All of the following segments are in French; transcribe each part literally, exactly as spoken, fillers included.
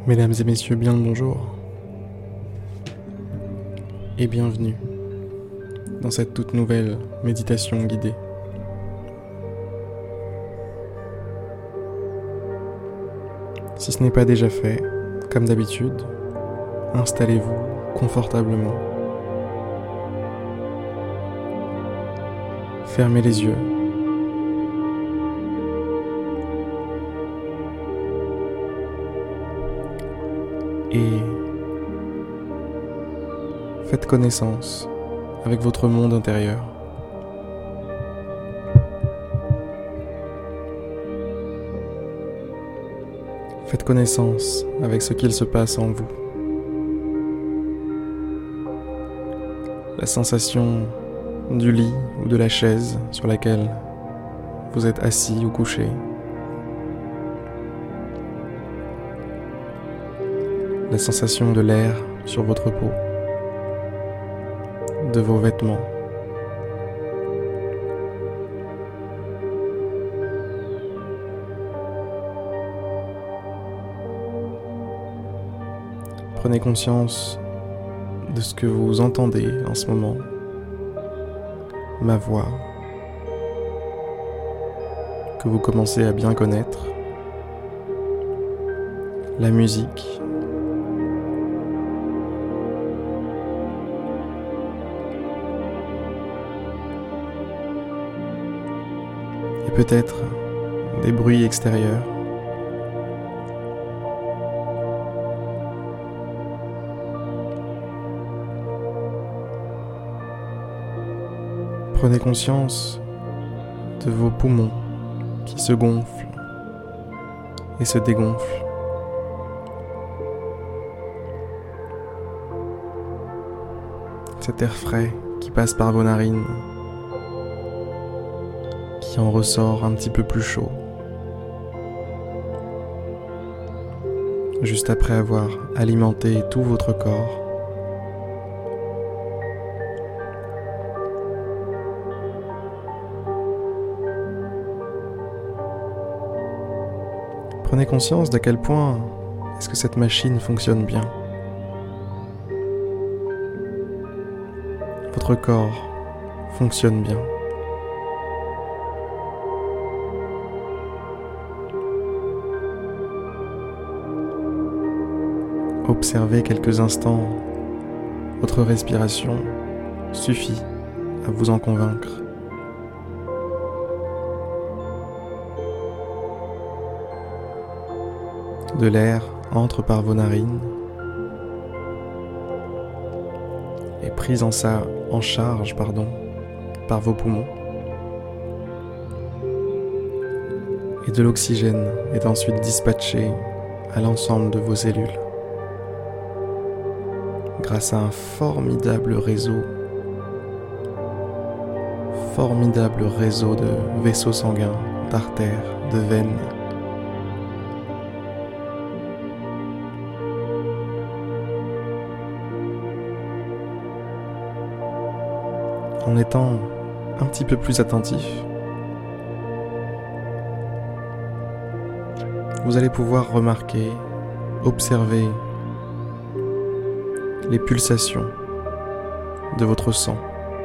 Mesdames et messieurs, bien le bonjour et bienvenue dans cette toute nouvelle méditation guidée. Si ce n'est pas déjà fait, comme d'habitude, installez-vous confortablement. Fermez les yeux. Et faites connaissance avec votre monde intérieur. Faites connaissance avec ce qu'il se passe en vous. La sensation du lit ou de la chaise sur laquelle vous êtes assis ou couché. La sensation de l'air sur votre peau, de vos vêtements. Prenez conscience de ce que vous entendez en ce moment, ma voix, que vous commencez à bien connaître, la musique, et peut-être des bruits extérieurs. Prenez conscience de vos poumons qui se gonflent et se dégonflent. Cet air frais qui passe par vos narines, qui en ressort un petit peu plus chaud, juste après avoir alimenté tout votre corps. Prenez conscience d'à quel point est-ce que cette machine fonctionne bien. Votre corps fonctionne bien. Observez quelques instants votre respiration suffit à vous en convaincre. De l'air entre par vos narines et prise en, sa, en charge pardon, par vos poumons. Et de l'oxygène est ensuite dispatché à l'ensemble de vos cellules grâce à un formidable réseau, formidable réseau de vaisseaux sanguins, d'artères, de veines. En étant un petit peu plus attentif, vous allez pouvoir remarquer, observer les pulsations de votre sang.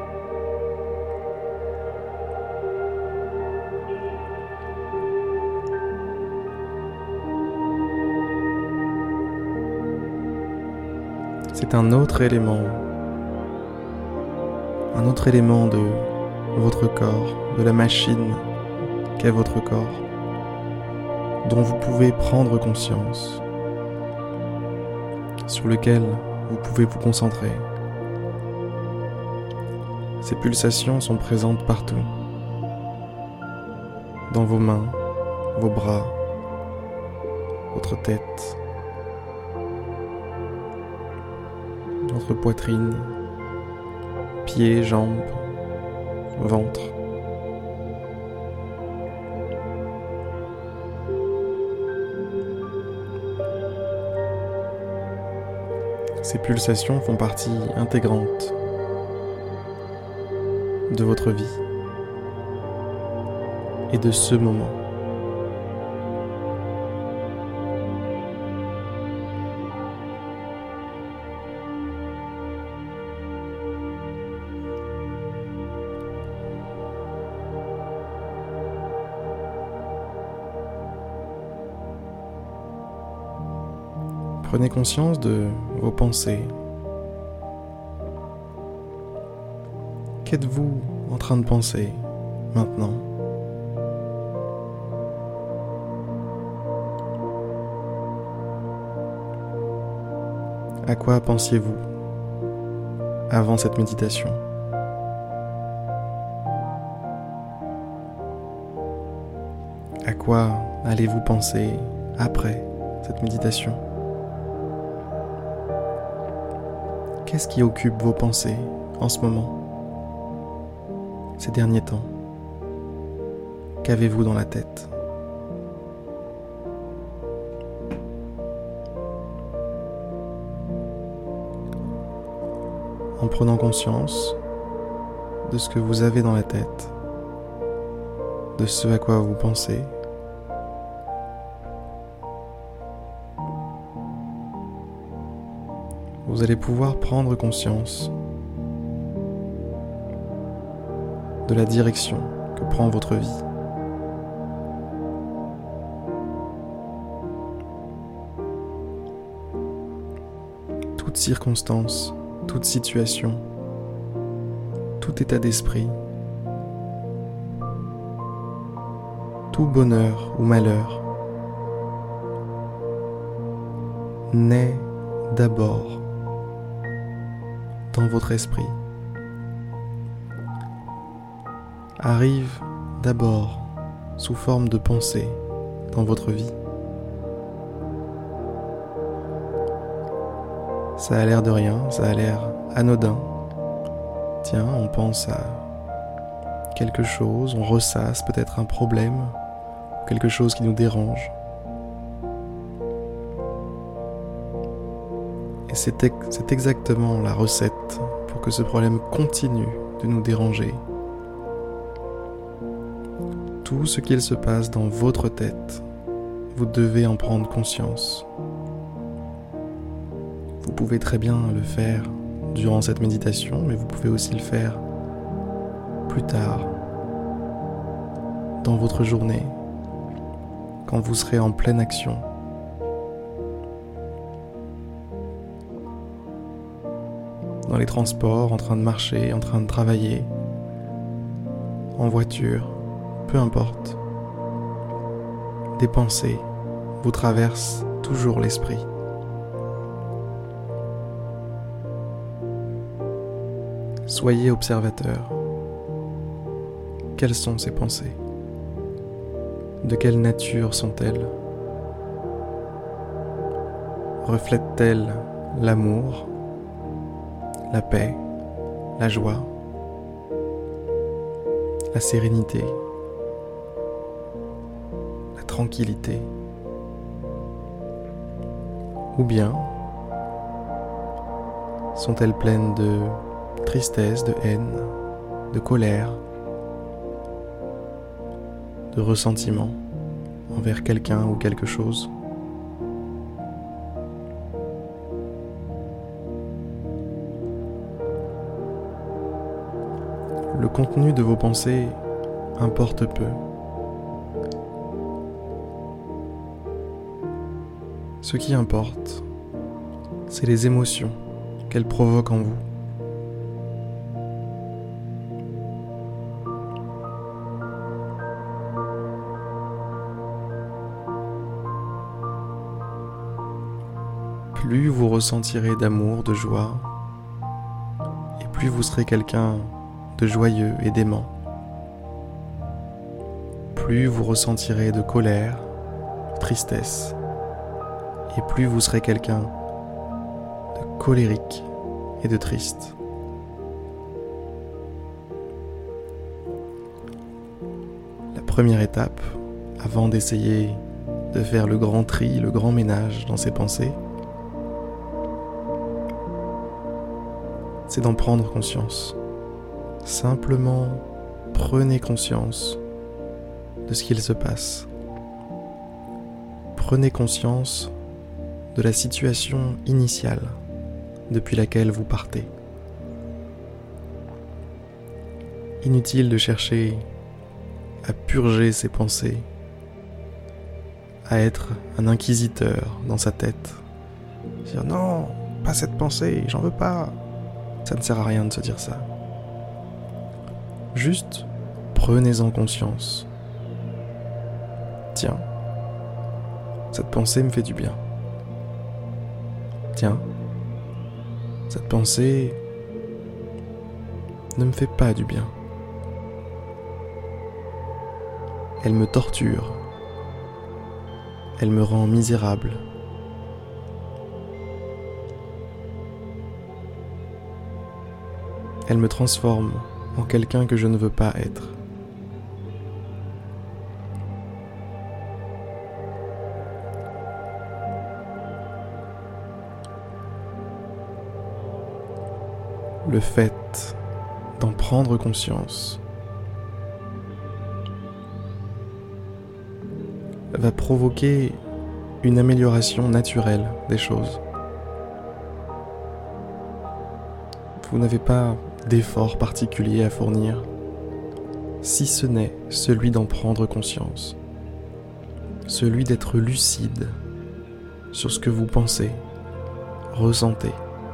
C'est un autre élément un autre élément de votre corps, de la machine qu'est votre corps, dont vous pouvez prendre conscience, sur lequel vous pouvez vous concentrer. Ces pulsations sont présentes partout, dans vos mains, vos bras, votre tête, votre poitrine, pieds, jambes, ventre. Ces pulsations font partie intégrante de votre vie et de ce moment. Prenez conscience de vos pensées. Qu'êtes-vous en train de penser maintenant ? À quoi pensiez-vous avant cette méditation ? À quoi allez-vous penser après cette méditation ? Qu'est-ce qui occupe vos pensées en ce moment, ces derniers temps ? Qu'avez-vous dans la tête ? En prenant conscience de ce que vous avez dans la tête, de ce à quoi vous pensez, vous allez pouvoir prendre conscience de la direction que prend votre vie. Toute circonstance, toute situation, tout état d'esprit, tout bonheur ou malheur naît d'abord dans votre esprit, arrive d'abord sous forme de pensée dans votre vie. Ça a l'air de rien, ça a l'air anodin. Tiens, on pense à quelque chose, on ressasse peut-être un problème, quelque chose qui nous dérange. Et c'est, ex- c'est exactement la recette pour que ce problème continue de nous déranger. Tout ce qu'il se passe dans votre tête, vous devez en prendre conscience. Vous pouvez très bien le faire durant cette méditation, mais vous pouvez aussi le faire plus tard, dans votre journée, quand vous serez en pleine action. Dans les transports, en train de marcher, en train de travailler, en voiture, peu importe. Des pensées vous traversent toujours l'esprit. Soyez observateur. Quelles sont ces pensées ? De quelle nature sont-elles ? Reflètent-elles l'amour, la paix, la joie, la sérénité, la tranquillité ? Ou bien sont-elles pleines de tristesse, de haine, de colère, de ressentiment envers quelqu'un ou quelque chose ? Le contenu de vos pensées importe peu. Ce qui importe, c'est les émotions qu'elles provoquent en vous. Plus vous ressentirez d'amour, de joie, et plus vous serez quelqu'un de joyeux et d'aimant. Plus vous ressentirez de colère, de tristesse, et plus vous serez quelqu'un de colérique et de triste. La première étape, avant d'essayer de faire le grand tri, le grand ménage dans ses pensées, c'est d'en prendre conscience. Simplement, prenez conscience de ce qu'il se passe. Prenez conscience de la situation initiale depuis laquelle vous partez. Inutile de chercher à purger ses pensées, à être un inquisiteur dans sa tête Dire non, pas cette pensée, j'en veux pas. Ça ne sert à rien de se dire ça. Juste prenez-en conscience. Tiens, cette pensée me fait du bien. Tiens, cette pensée ne me fait pas du bien. Elle me torture. Elle me rend misérable. Elle me transforme en quelqu'un que je ne veux pas être. Le fait d'en prendre conscience va provoquer une amélioration naturelle des choses. Vous n'avez pas d'effort particulier à fournir, si ce n'est celui d'en prendre conscience, celui d'être lucide sur ce que vous pensez, ressentez.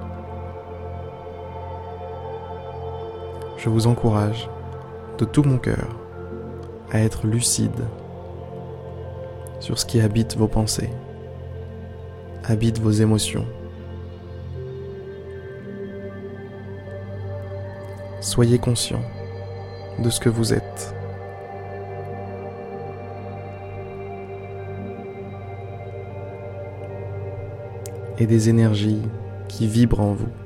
Je vous encourage de tout mon cœur à être lucide sur ce qui habite vos pensées, habite vos émotions. Soyez conscient de ce que vous êtes. Et des énergies qui vibrent en vous.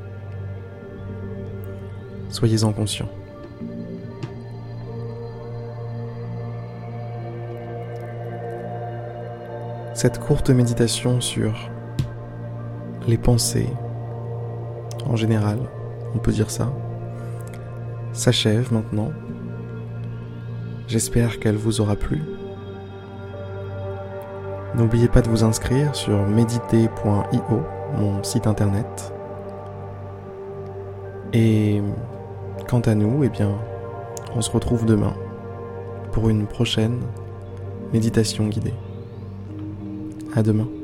Soyez-en conscients. Cette courte méditation sur les pensées, en général, on peut dire ça, s'achève maintenant. J'espère qu'elle vous aura plu. N'oubliez pas de vous inscrire sur méditer point io, mon site internet. Et quant à nous, eh bien, on se retrouve demain pour une prochaine méditation guidée. À demain.